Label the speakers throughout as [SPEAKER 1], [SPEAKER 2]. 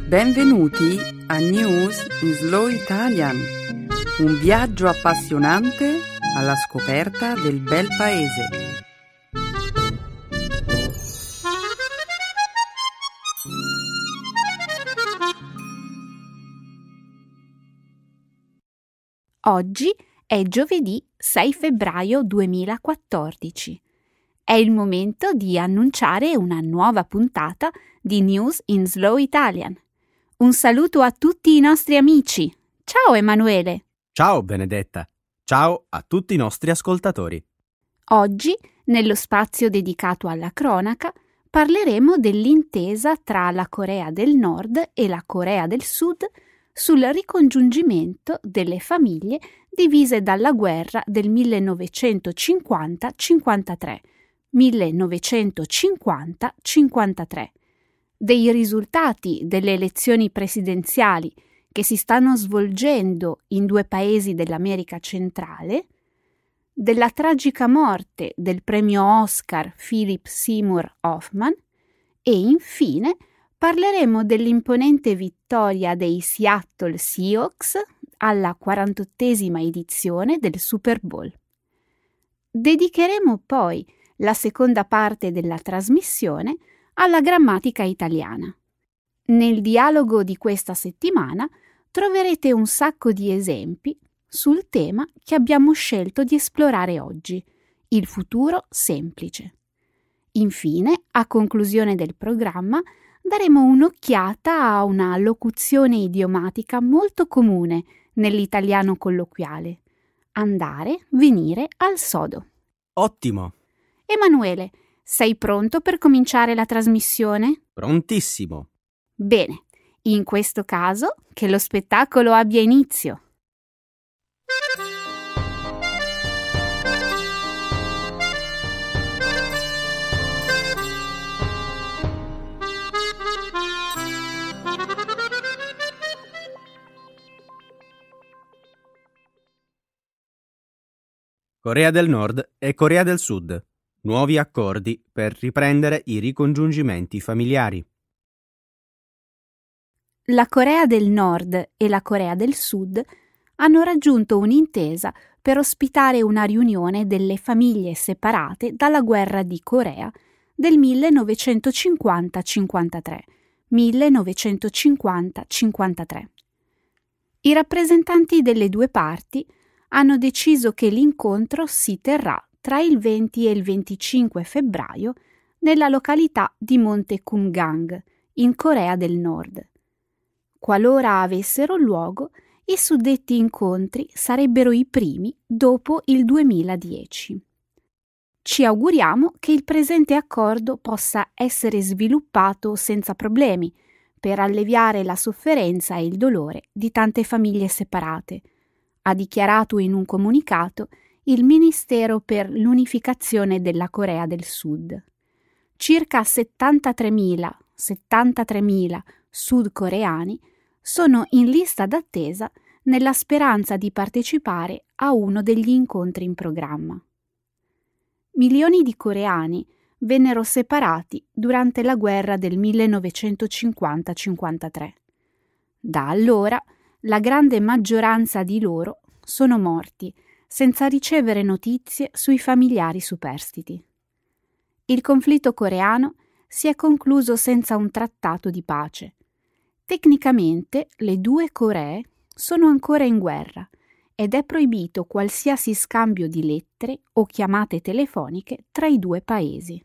[SPEAKER 1] Benvenuti a News in Slow Italian, un viaggio appassionante alla scoperta del bel paese.
[SPEAKER 2] Oggi è giovedì 6 febbraio 2014. È il momento di annunciare una nuova puntata di News in Slow Italian. Un saluto a tutti i nostri amici. Ciao Emanuele.
[SPEAKER 3] Ciao Benedetta. Ciao a tutti i nostri ascoltatori.
[SPEAKER 2] Oggi, nello spazio dedicato alla cronaca, parleremo dell'intesa tra la Corea del Nord e la Corea del Sud sul ricongiungimento delle famiglie divise dalla guerra del 1950-53. 1950-53. Dei risultati delle elezioni presidenziali che si stanno svolgendo in due paesi dell'America centrale, della tragica morte del premio Oscar Philip Seymour Hoffman e infine parleremo dell'imponente vittoria dei Seattle Seahawks alla 48esima edizione del Super Bowl. Dedicheremo poi la seconda parte della trasmissione alla grammatica italiana. Nel dialogo di questa settimana troverete un sacco di esempi sul tema che abbiamo scelto di esplorare oggi, il futuro semplice. Infine, a conclusione del programma, daremo un'occhiata a una locuzione idiomatica molto comune nell'italiano colloquiale: andare, venire al sodo.
[SPEAKER 3] Ottimo!
[SPEAKER 2] Emanuele, sei pronto per cominciare la trasmissione?
[SPEAKER 3] Prontissimo!
[SPEAKER 2] Bene, in questo caso che lo spettacolo abbia inizio.
[SPEAKER 3] Corea del Nord e Corea del Sud. Nuovi accordi per riprendere i ricongiungimenti familiari.
[SPEAKER 2] La Corea del Nord e la Corea del Sud hanno raggiunto un'intesa per ospitare una riunione delle famiglie separate dalla guerra di Corea del 1950-53. 1950-53. I rappresentanti delle due parti hanno deciso che l'incontro si terrà tra il 20 e il 25 febbraio nella località di Monte Kumgang, in Corea del Nord. Qualora avessero luogo, i suddetti incontri sarebbero i primi dopo il 2010. Ci auguriamo che il presente accordo possa essere sviluppato senza problemi per alleviare la sofferenza e il dolore di tante famiglie separate, ha dichiarato in un comunicato il Ministero per l'Unificazione della Corea del Sud. Circa 73.000 sudcoreani sono in lista d'attesa nella speranza di partecipare a uno degli incontri in programma. Milioni di coreani vennero separati durante la guerra del 1950-53. Da allora, la grande maggioranza di loro sono morti senza ricevere notizie sui familiari superstiti. Il conflitto coreano si è concluso senza un trattato di pace. Tecnicamente le due Coree sono ancora in guerra ed è proibito qualsiasi scambio di lettere o chiamate telefoniche tra i due paesi.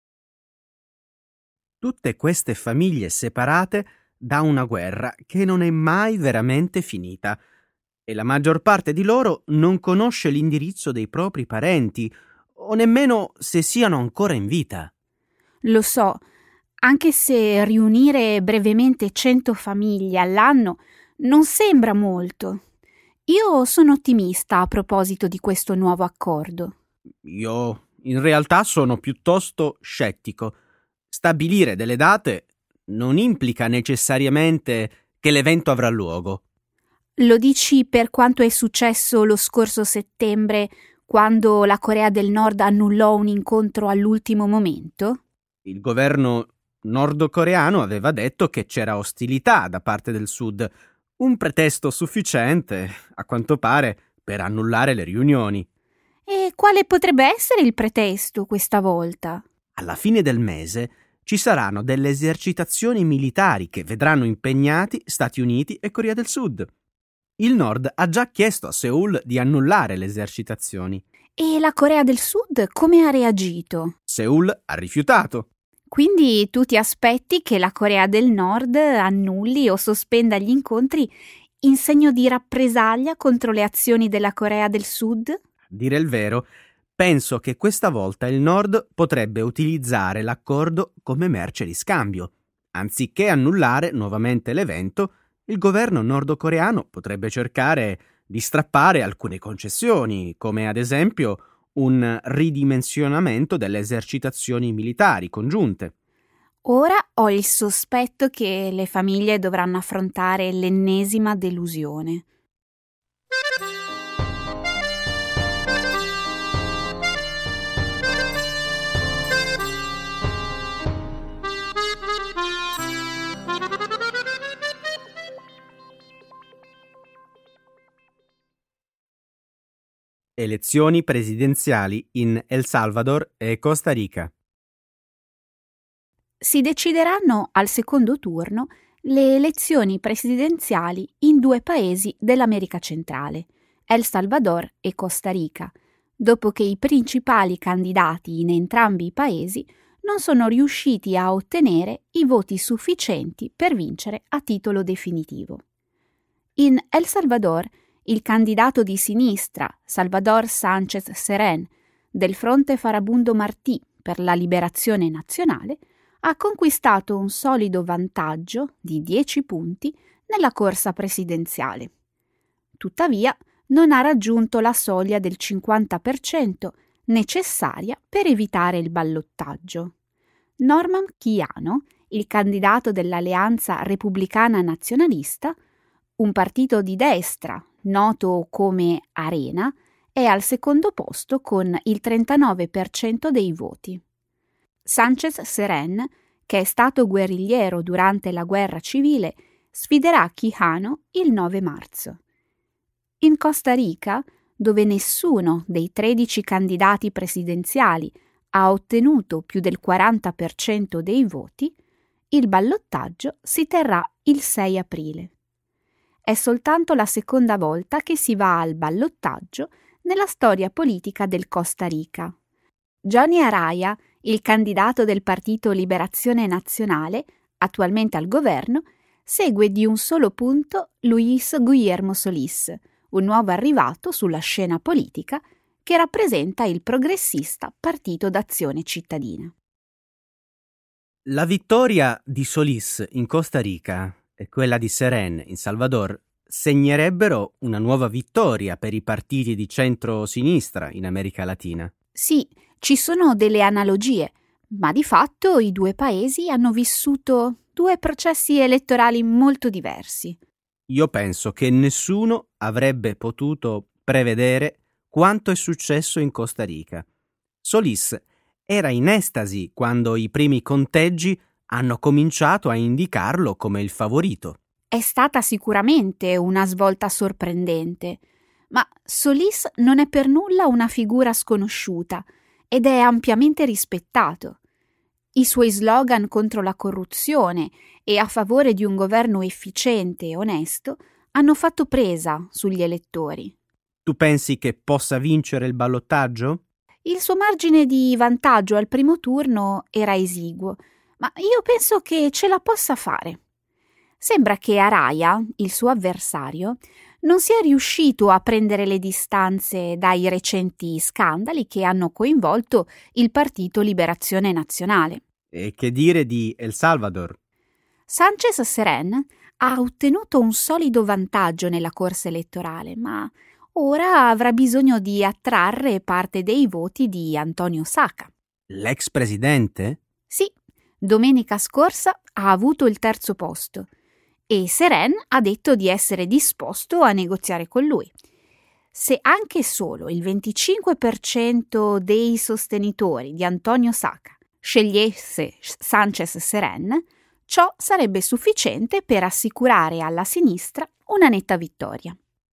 [SPEAKER 3] Tutte queste famiglie separate da una guerra che non è mai veramente finita e la maggior parte di loro non conosce l'indirizzo dei propri parenti o nemmeno se siano ancora in vita.
[SPEAKER 2] Lo so, anche se riunire brevemente 100 famiglie all'anno non sembra molto. Io sono ottimista a proposito di questo nuovo accordo.
[SPEAKER 3] Io in realtà sono piuttosto scettico. Stabilire delle date non implica necessariamente che l'evento avrà luogo.
[SPEAKER 2] Lo dici per quanto è successo lo scorso settembre, quando la Corea del Nord annullò un incontro all'ultimo momento?
[SPEAKER 3] Il governo nordcoreano aveva detto che c'era ostilità da parte del Sud, un pretesto sufficiente, a quanto pare, per annullare le riunioni.
[SPEAKER 2] E quale potrebbe essere il pretesto questa volta?
[SPEAKER 3] Alla fine del mese ci saranno delle esercitazioni militari che vedranno impegnati Stati Uniti e Corea del Sud. Il Nord ha già chiesto a Seoul di annullare le esercitazioni.
[SPEAKER 2] E la Corea del Sud come ha reagito?
[SPEAKER 3] Seoul ha rifiutato.
[SPEAKER 2] Quindi tu ti aspetti che la Corea del Nord annulli o sospenda gli incontri in segno di rappresaglia contro le azioni della Corea del Sud?
[SPEAKER 3] A dire il vero, penso che questa volta il Nord potrebbe utilizzare l'accordo come merce di scambio. Anziché annullare nuovamente l'evento, il governo nordcoreano potrebbe cercare di strappare alcune concessioni, come ad esempio un ridimensionamento delle esercitazioni militari congiunte.
[SPEAKER 2] Ora ho il sospetto che le famiglie dovranno affrontare l'ennesima delusione.
[SPEAKER 3] Elezioni presidenziali in El Salvador e Costa Rica.
[SPEAKER 2] Si decideranno al secondo turno le elezioni presidenziali in 2 paesi dell'America centrale, El Salvador e Costa Rica, dopo che i principali candidati in entrambi i paesi non sono riusciti a ottenere i voti sufficienti per vincere a titolo definitivo. In El Salvador, il candidato di sinistra, Salvador Sánchez Serén, del Fronte Farabundo Martí per la Liberazione Nazionale, ha conquistato un solido vantaggio di 10 punti nella corsa presidenziale. Tuttavia, non ha raggiunto la soglia del 50% necessaria per evitare il ballottaggio. Norman Chiano, il candidato dell'Alleanza Repubblicana Nazionalista, un partito di destra noto come Arena, è al secondo posto con il 39% dei voti. Sánchez Serén, che è stato guerrigliero durante la guerra civile, sfiderà Quijano il 9 marzo. In Costa Rica, dove nessuno dei 13 candidati presidenziali ha ottenuto più del 40% dei voti, il ballottaggio si terrà il 6 aprile. È soltanto la seconda volta che si va al ballottaggio nella storia politica del Costa Rica. Johnny Araya, il candidato del Partito Liberazione Nazionale, attualmente al governo, segue di un solo punto Luis Guillermo Solís, un nuovo arrivato sulla scena politica che rappresenta il progressista Partito d'Azione Cittadina.
[SPEAKER 3] La vittoria di Solís in Costa Rica e quella di Serén in Salvador segnerebbero una nuova vittoria per i partiti di centro-sinistra in America Latina.
[SPEAKER 2] Sì, ci sono delle analogie, ma di fatto i 2 paesi hanno vissuto 2 processi elettorali molto diversi.
[SPEAKER 3] Io penso che nessuno avrebbe potuto prevedere quanto è successo in Costa Rica. Solís era in estasi quando i primi conteggi hanno cominciato a indicarlo come il favorito.
[SPEAKER 2] È stata sicuramente una svolta sorprendente, ma Solís non è per nulla una figura sconosciuta ed è ampiamente rispettato. I suoi slogan contro la corruzione e a favore di un governo efficiente e onesto hanno fatto presa sugli elettori.
[SPEAKER 3] Tu pensi che possa vincere il ballottaggio?
[SPEAKER 2] Il suo margine di vantaggio al primo turno era esiguo, ma io penso che ce la possa fare. Sembra che Araya, il suo avversario, non sia riuscito a prendere le distanze dai recenti scandali che hanno coinvolto il Partito Liberazione Nazionale.
[SPEAKER 3] E che dire di El Salvador?
[SPEAKER 2] Sánchez Serén ha ottenuto un solido vantaggio nella corsa elettorale, ma ora avrà bisogno di attrarre parte dei voti di Antonio Saca.
[SPEAKER 3] L'ex presidente?
[SPEAKER 2] Sì, domenica scorsa ha avuto il 3° posto e Serén ha detto di essere disposto a negoziare con lui. Se anche solo il 25% dei sostenitori di Antonio Saca scegliesse Sanchez-Cerén, ciò sarebbe sufficiente per assicurare alla sinistra una netta vittoria.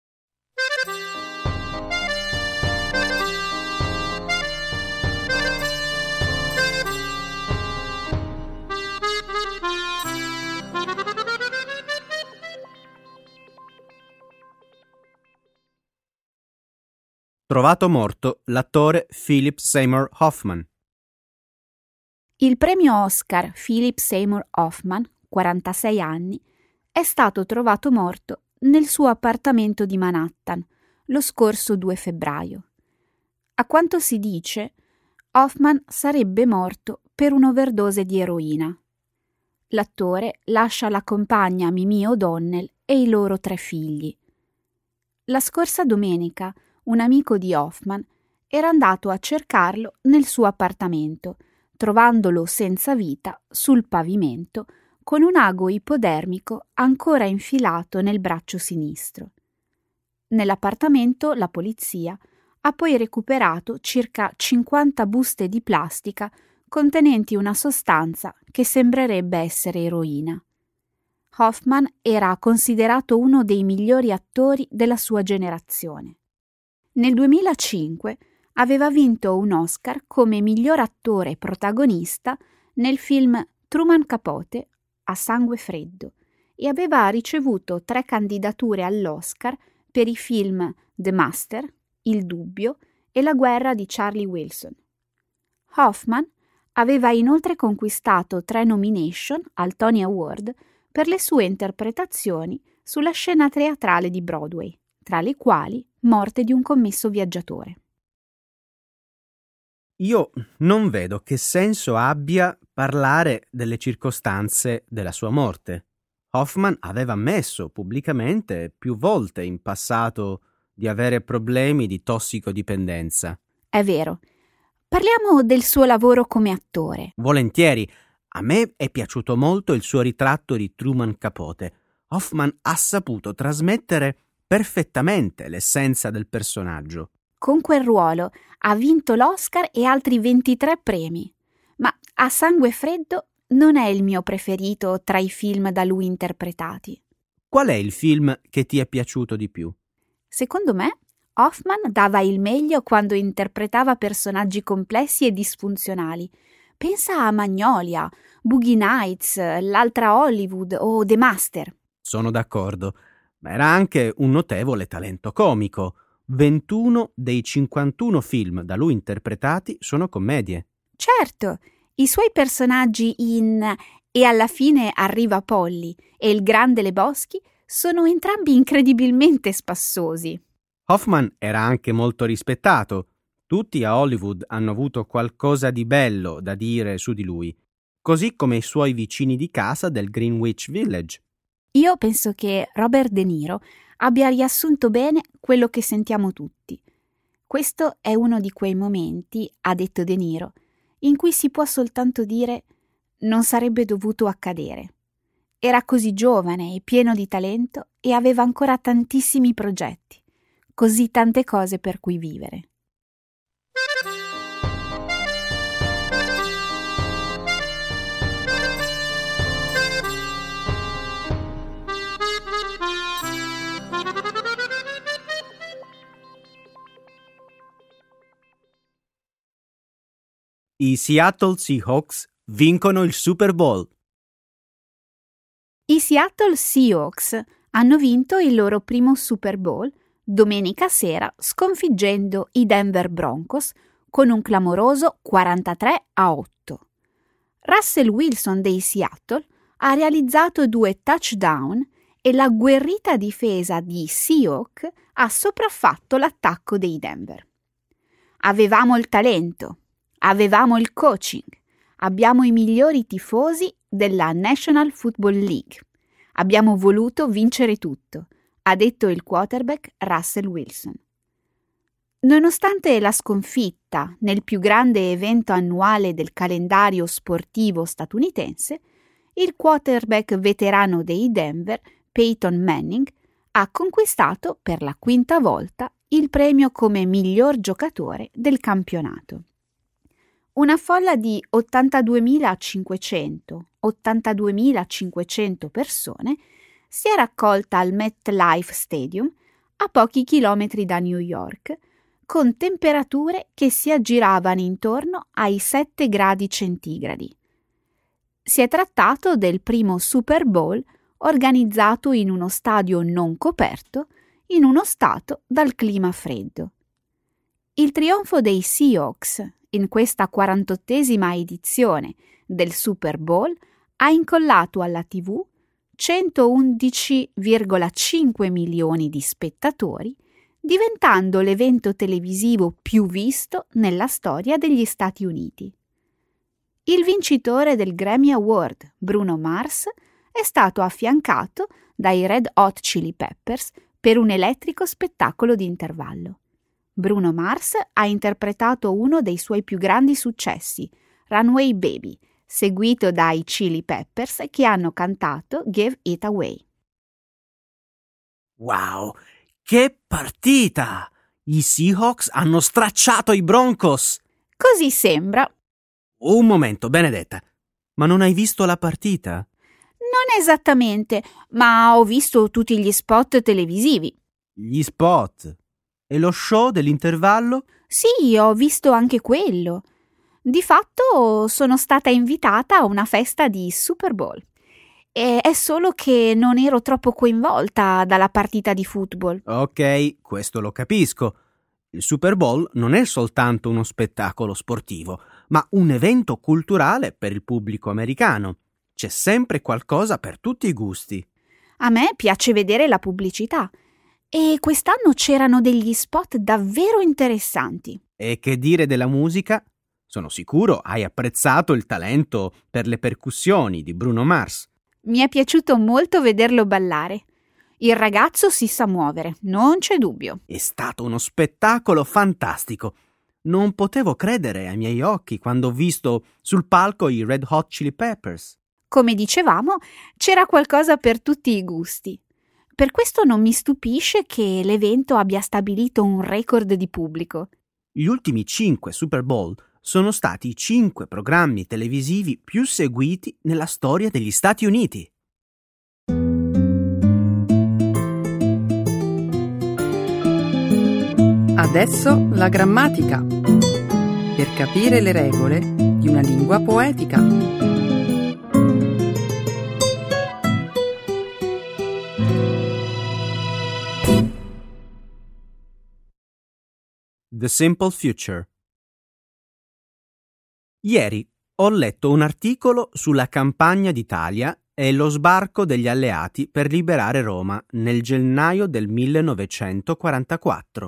[SPEAKER 3] Trovato morto l'attore Philip Seymour Hoffman.
[SPEAKER 2] Il premio Oscar Philip Seymour Hoffman, 46 anni, è stato trovato morto nel suo appartamento di Manhattan lo scorso 2 febbraio. A quanto si dice, Hoffman sarebbe morto per un'overdose di eroina. L'attore lascia la compagna Mimi O'Donnell e i loro 3 figli. La scorsa domenica un amico di Hoffman era andato a cercarlo nel suo appartamento, trovandolo senza vita sul pavimento con un ago ipodermico ancora infilato nel braccio sinistro. Nell'appartamento la polizia ha poi recuperato circa 50 buste di plastica contenenti una sostanza che sembrerebbe essere eroina. Hoffman era considerato uno dei migliori attori della sua generazione. Nel 2005 aveva vinto un Oscar come miglior attore protagonista nel film Truman Capote a sangue freddo e aveva ricevuto 3 candidature all'Oscar per i film The Master, Il dubbio e La guerra di Charlie Wilson. Hoffman aveva inoltre conquistato 3 nomination al Tony Award per le sue interpretazioni sulla scena teatrale di Broadway, tra le quali Morte di un commesso viaggiatore.
[SPEAKER 3] Io non vedo che senso abbia parlare delle circostanze della sua morte. Hoffman aveva ammesso pubblicamente più volte in passato di avere problemi di tossicodipendenza.
[SPEAKER 2] È vero. Parliamo del suo lavoro come attore.
[SPEAKER 3] Volentieri. A me è piaciuto molto il suo ritratto di Truman Capote. Hoffman ha saputo trasmettere perfettamente l'essenza del personaggio.
[SPEAKER 2] Con quel ruolo ha vinto l'Oscar e altri 23 premi. Ma A sangue freddo non è il mio preferito tra i film da lui interpretati.
[SPEAKER 3] Qual è il film che ti è piaciuto di più?
[SPEAKER 2] Secondo me, Hoffman dava il meglio quando interpretava personaggi complessi e disfunzionali. Pensa a Magnolia, Boogie Nights, L'altra Hollywood o The Master.
[SPEAKER 3] Sono d'accordo, ma era anche un notevole talento comico. 21 dei 51 film da lui interpretati sono commedie.
[SPEAKER 2] Certo, i suoi personaggi in E alla fine arriva Polly e Il Grande Lebowski sono entrambi incredibilmente spassosi.
[SPEAKER 3] Hoffman era anche molto rispettato. Tutti a Hollywood hanno avuto qualcosa di bello da dire su di lui, così come i suoi vicini di casa del Greenwich Village.
[SPEAKER 2] Io penso che Robert De Niro abbia riassunto bene quello che sentiamo tutti. Questo è uno di quei momenti, ha detto De Niro, in cui si può soltanto dire non sarebbe dovuto accadere. Era così giovane e pieno di talento e aveva ancora tantissimi progetti, così tante cose per cui vivere.
[SPEAKER 3] I Seattle Seahawks vincono il Super Bowl.
[SPEAKER 2] I Seattle Seahawks hanno vinto il loro primo Super Bowl domenica sera sconfiggendo i Denver Broncos con un clamoroso 43-8. Russell Wilson dei Seattle ha realizzato 2 touchdown e l'agguerrita difesa di Seahawks ha sopraffatto l'attacco dei Denver. Avevamo il talento, avevamo il coaching, abbiamo i migliori tifosi della National Football League. Abbiamo voluto vincere tutto, ha detto il quarterback Russell Wilson. Nonostante la sconfitta nel più grande evento annuale del calendario sportivo statunitense, il quarterback veterano dei Denver, Peyton Manning, ha conquistato per la 5ª volta il premio come miglior giocatore del campionato. Una folla di 82.500 persone si è raccolta al MetLife Stadium a pochi chilometri da New York, con temperature che si aggiravano intorno ai 7 gradi centigradi. Si è trattato del primo Super Bowl organizzato in uno stadio non coperto, in uno stato dal clima freddo. Il trionfo dei Seahawks in questa 48esima edizione del Super Bowl ha incollato alla TV 111,5 milioni di spettatori, diventando l'evento televisivo più visto nella storia degli Stati Uniti. Il vincitore del Grammy Award, Bruno Mars, è stato affiancato dai Red Hot Chili Peppers per un elettrico spettacolo di intervallo. Bruno Mars ha interpretato uno dei suoi più grandi successi, Runaway Baby, seguito dai Chili Peppers che hanno cantato Give It Away.
[SPEAKER 3] Wow, che partita! I Seahawks hanno stracciato i Broncos!
[SPEAKER 2] Così sembra.
[SPEAKER 3] Un momento, Benedetta, ma non hai visto la partita?
[SPEAKER 2] Non esattamente, ma ho visto tutti gli spot televisivi.
[SPEAKER 3] Gli spot? E lo show dell'intervallo?
[SPEAKER 2] Sì, ho visto anche quello. Di fatto sono stata invitata a una festa di Super Bowl. E è solo che non ero troppo coinvolta dalla partita di football.
[SPEAKER 3] Ok, questo lo capisco. Il Super Bowl non è soltanto uno spettacolo sportivo, ma un evento culturale per il pubblico americano. C'è sempre qualcosa per tutti i gusti.
[SPEAKER 2] A me piace vedere la pubblicità. E quest'anno c'erano degli spot davvero interessanti.
[SPEAKER 3] E che dire della musica? Sono sicuro hai apprezzato il talento per le percussioni di Bruno Mars.
[SPEAKER 2] Mi è piaciuto molto vederlo ballare. Il ragazzo si sa muovere, non c'è dubbio.
[SPEAKER 3] È stato uno spettacolo fantastico. Non potevo credere ai miei occhi quando ho visto sul palco i Red Hot Chili Peppers.
[SPEAKER 2] Come dicevamo, c'era qualcosa per tutti i gusti. Per questo non mi stupisce che l'evento abbia stabilito un record di pubblico.
[SPEAKER 3] Gli ultimi 5 Super Bowl sono stati i 5 programmi televisivi più seguiti nella storia degli Stati Uniti.
[SPEAKER 1] Adesso la grammatica, per capire le regole di una lingua poetica.
[SPEAKER 3] The Simple Future. Ieri ho letto un articolo sulla campagna d'Italia e lo sbarco degli alleati per liberare Roma nel gennaio del 1944.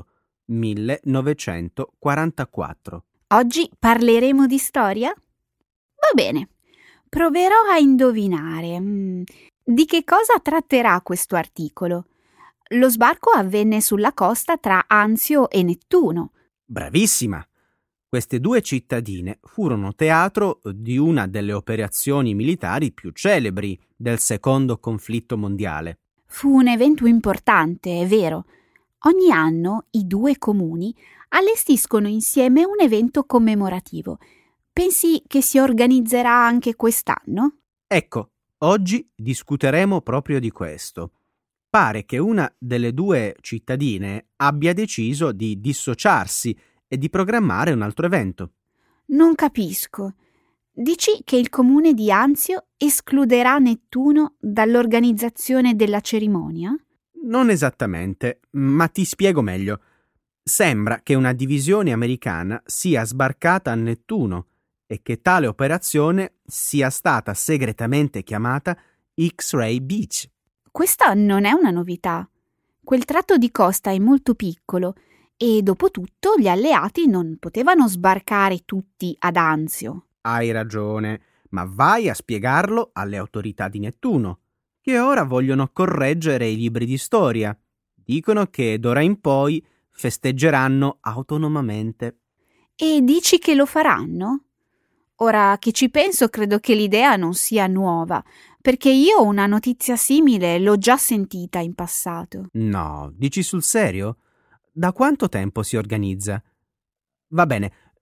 [SPEAKER 2] Oggi parleremo di storia? Va bene, proverò a indovinare. Di che cosa tratterà questo articolo? Lo sbarco avvenne sulla costa tra Anzio e Nettuno.
[SPEAKER 3] Bravissima! Queste 2 cittadine furono teatro di una delle operazioni militari più celebri del secondo conflitto mondiale.
[SPEAKER 2] Fu un evento importante, è vero. Ogni anno i 2 comuni allestiscono insieme un evento commemorativo. Pensi che si organizzerà anche quest'anno?
[SPEAKER 3] Ecco, oggi discuteremo proprio di questo. Pare che una delle 2 cittadine abbia deciso di dissociarsi e di programmare un altro evento.
[SPEAKER 2] Non capisco. Dici che il comune di Anzio escluderà Nettuno dall'organizzazione della cerimonia?
[SPEAKER 3] Non esattamente, ma ti spiego meglio. Sembra che una divisione americana sia sbarcata a Nettuno e che tale operazione sia stata segretamente chiamata X-Ray Beach.
[SPEAKER 2] Questa non è una novità. Quel tratto di costa è molto piccolo e dopotutto gli alleati non potevano sbarcare tutti ad Anzio.
[SPEAKER 3] Hai ragione, ma vai a spiegarlo alle autorità di Nettuno, che ora vogliono correggere i libri di storia. Dicono che d'ora in poi festeggeranno autonomamente.
[SPEAKER 2] E dici che lo faranno? Ora che ci penso, credo che l'idea non sia nuova, perché io una notizia simile l'ho già sentita in passato.
[SPEAKER 3] No, dici sul serio? Da quanto tempo si organizza? Va bene,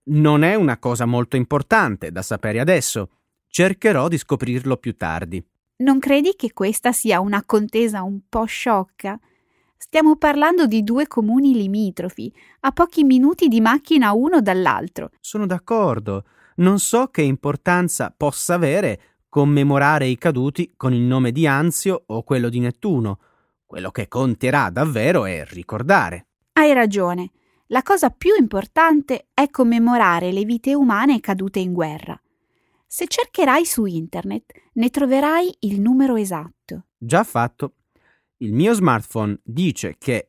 [SPEAKER 3] Non è una cosa molto importante da sapere adesso. Cercherò di scoprirlo più tardi.
[SPEAKER 2] Non credi che questa sia una contesa un po' sciocca? Stiamo parlando di due comuni limitrofi, a pochi minuti di macchina uno dall'altro.
[SPEAKER 3] Sono d'accordo. Non so che importanza possa avere commemorare i caduti con il nome di Anzio o quello di Nettuno. Quello che conterà davvero è ricordare.
[SPEAKER 2] Hai ragione. La cosa più importante è commemorare le vite umane cadute in guerra. Se cercherai su internet, ne troverai il numero esatto.
[SPEAKER 3] Già fatto. Il mio smartphone dice che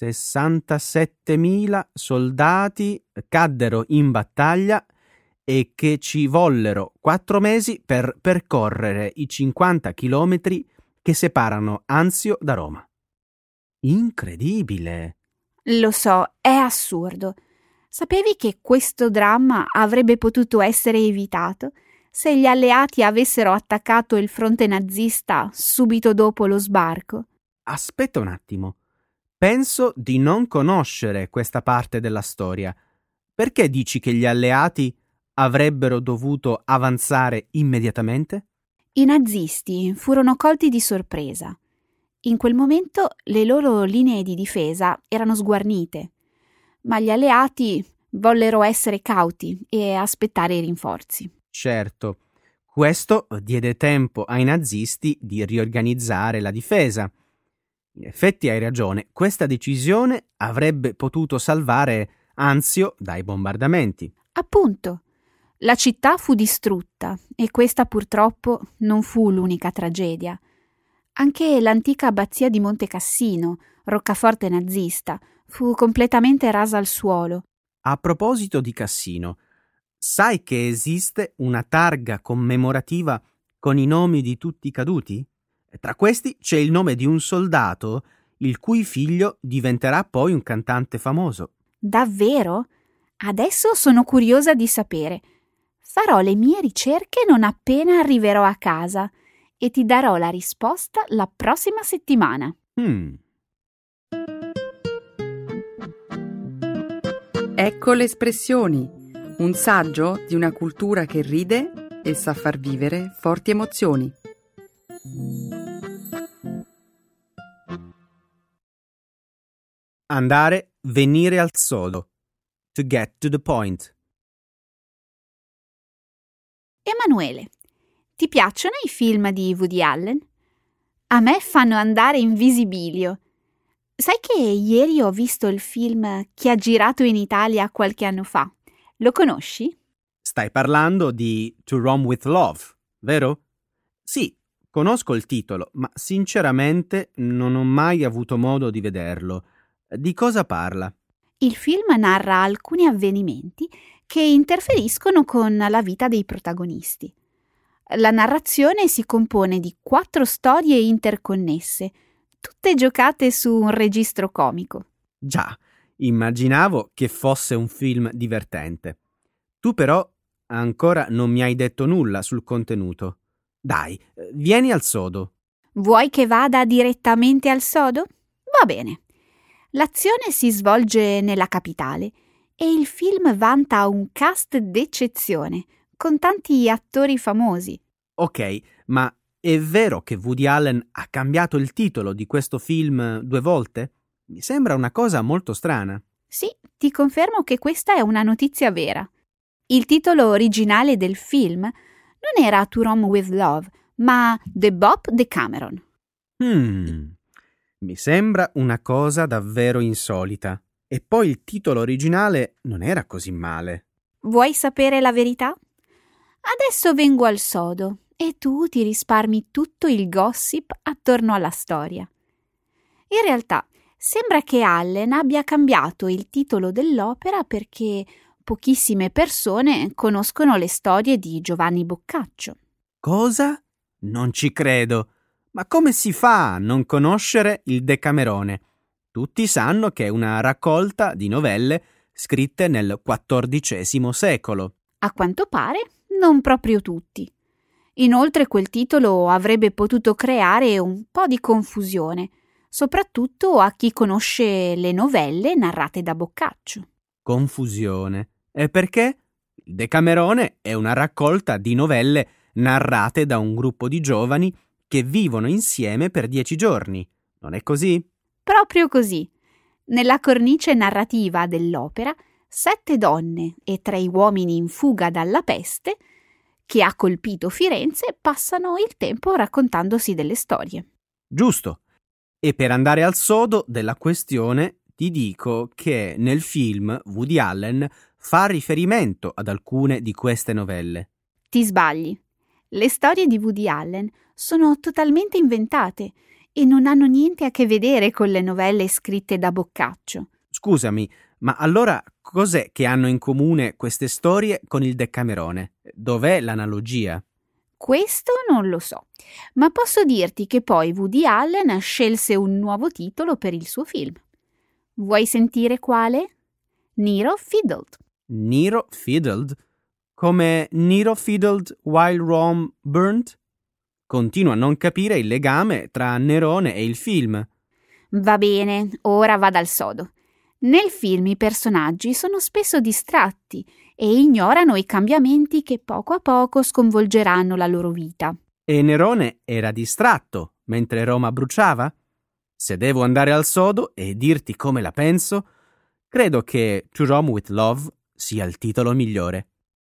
[SPEAKER 3] 67.000 soldati caddero in battaglia e che ci vollero 4 mesi per percorrere i 50 chilometri che separano Anzio da Roma. Incredibile!
[SPEAKER 2] Lo so, è assurdo. Sapevi che questo dramma avrebbe potuto essere evitato se gli alleati avessero attaccato il fronte nazista subito dopo lo sbarco?
[SPEAKER 3] Aspetta un attimo. Penso di non conoscere questa parte della storia. Perché dici che gli alleati avrebbero dovuto avanzare immediatamente?
[SPEAKER 2] I nazisti furono colti di sorpresa. In quel momento le loro linee di difesa erano sguarnite, ma gli alleati vollero essere cauti e aspettare i rinforzi.
[SPEAKER 3] Certo, questo diede tempo ai nazisti di riorganizzare la difesa. In effetti hai ragione, questa decisione avrebbe potuto salvare Anzio dai bombardamenti.
[SPEAKER 2] Appunto, la città fu distrutta e questa purtroppo non fu l'unica tragedia. Anche l'antica abbazia di Monte Cassino, roccaforte nazista, fu completamente rasa al suolo.
[SPEAKER 3] A proposito di Cassino, sai che esiste una targa commemorativa con i nomi di tutti i caduti? Tra questi c'è il nome di un soldato il cui figlio diventerà poi un cantante famoso.
[SPEAKER 2] Davvero? Adesso sono curiosa di sapere. Farò le mie ricerche non appena arriverò a casa e ti darò la risposta la prossima settimana.
[SPEAKER 1] Ecco le espressioni, un saggio di una cultura che ride e sa far vivere forti emozioni.
[SPEAKER 3] Andare, venire al sodo. To get to the point.
[SPEAKER 2] Emanuele, ti piacciono i film di Woody Allen? A me fanno andare in visibilio. Sai che ieri ho visto il film che ha girato in Italia qualche anno fa? Lo conosci?
[SPEAKER 3] Stai parlando di To Rome with Love, vero? Sì, conosco il titolo, ma sinceramente non ho mai avuto modo di vederlo. Di cosa parla?
[SPEAKER 2] Il film narra alcuni avvenimenti che interferiscono con la vita dei protagonisti. La narrazione si compone di 4 storie interconnesse, tutte giocate su un registro comico.
[SPEAKER 3] Già, immaginavo che fosse un film divertente. Tu però ancora non mi hai detto nulla sul contenuto. Dai, vieni al sodo.
[SPEAKER 2] Vuoi che vada direttamente al sodo? Va bene. L'azione si svolge nella capitale e il film vanta un cast d'eccezione, con tanti attori famosi.
[SPEAKER 3] Ok, ma è vero che Woody Allen ha cambiato il titolo di questo film 2 volte? Mi sembra una cosa molto strana.
[SPEAKER 2] Sì, ti confermo che questa è una notizia vera. Il titolo originale del film non era To Rome with Love, ma The Bob Decameron.
[SPEAKER 3] Mi sembra una cosa davvero insolita. E poi il titolo originale non era così male.
[SPEAKER 2] Vuoi sapere la verità? Adesso vengo al sodo e tu ti risparmi tutto il gossip attorno alla storia. In realtà, sembra che Allen abbia cambiato il titolo dell'opera perché pochissime persone conoscono le storie di Giovanni Boccaccio.
[SPEAKER 3] Cosa? Non ci credo. Ma come si fa a non conoscere il Decamerone? Tutti sanno che è una raccolta di novelle scritte nel XIV secolo.
[SPEAKER 2] A quanto pare, non proprio tutti. Inoltre quel titolo avrebbe potuto creare un po' di confusione, soprattutto a chi conosce le novelle narrate da Boccaccio.
[SPEAKER 3] Confusione. E perché? Il Decamerone è una raccolta di novelle narrate da un gruppo di giovani che vivono insieme per 10 giorni. Non è così?
[SPEAKER 2] Proprio così. Nella cornice narrativa dell'opera, 7 donne e 3 uomini in fuga dalla peste che ha colpito Firenze passano il tempo raccontandosi delle storie.
[SPEAKER 3] Giusto. E per andare al sodo della questione ti dico che nel film Woody Allen fa riferimento ad alcune di queste novelle.
[SPEAKER 2] Ti sbagli. Le storie di Woody Allen sono totalmente inventate e non hanno niente a che vedere con le novelle scritte da Boccaccio.
[SPEAKER 3] Scusami, ma allora cos'è che hanno in comune queste storie con il Decamerone? Dov'è l'analogia?
[SPEAKER 2] Questo non lo so, ma posso dirti che poi Woody Allen scelse un nuovo titolo per il suo film. Vuoi sentire quale? Nero Fiddled.
[SPEAKER 3] Nero Fiddled? Come Nero Fiddled While Rome Burnt? Continuo a non capire il legame tra Nerone e il film.
[SPEAKER 2] Va bene, ora vado al sodo. Nel film i personaggi sono spesso distratti e ignorano i cambiamenti che poco a poco sconvolgeranno la loro vita.
[SPEAKER 3] E Nerone era distratto mentre Roma bruciava? Se devo andare al sodo e dirti come la penso, credo che To Rome with Love sia il titolo migliore.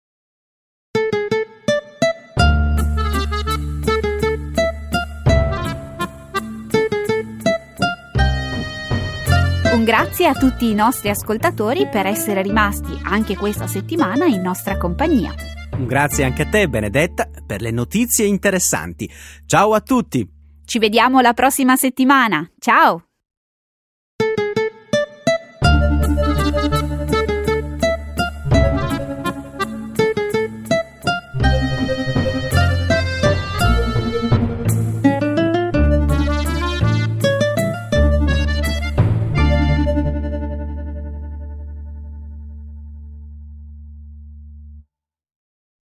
[SPEAKER 2] Un grazie a tutti i nostri ascoltatori per essere rimasti anche questa settimana in nostra compagnia.
[SPEAKER 3] Un grazie anche a te, Benedetta, per le notizie interessanti. Ciao a tutti!
[SPEAKER 2] Ci vediamo la prossima settimana. Ciao!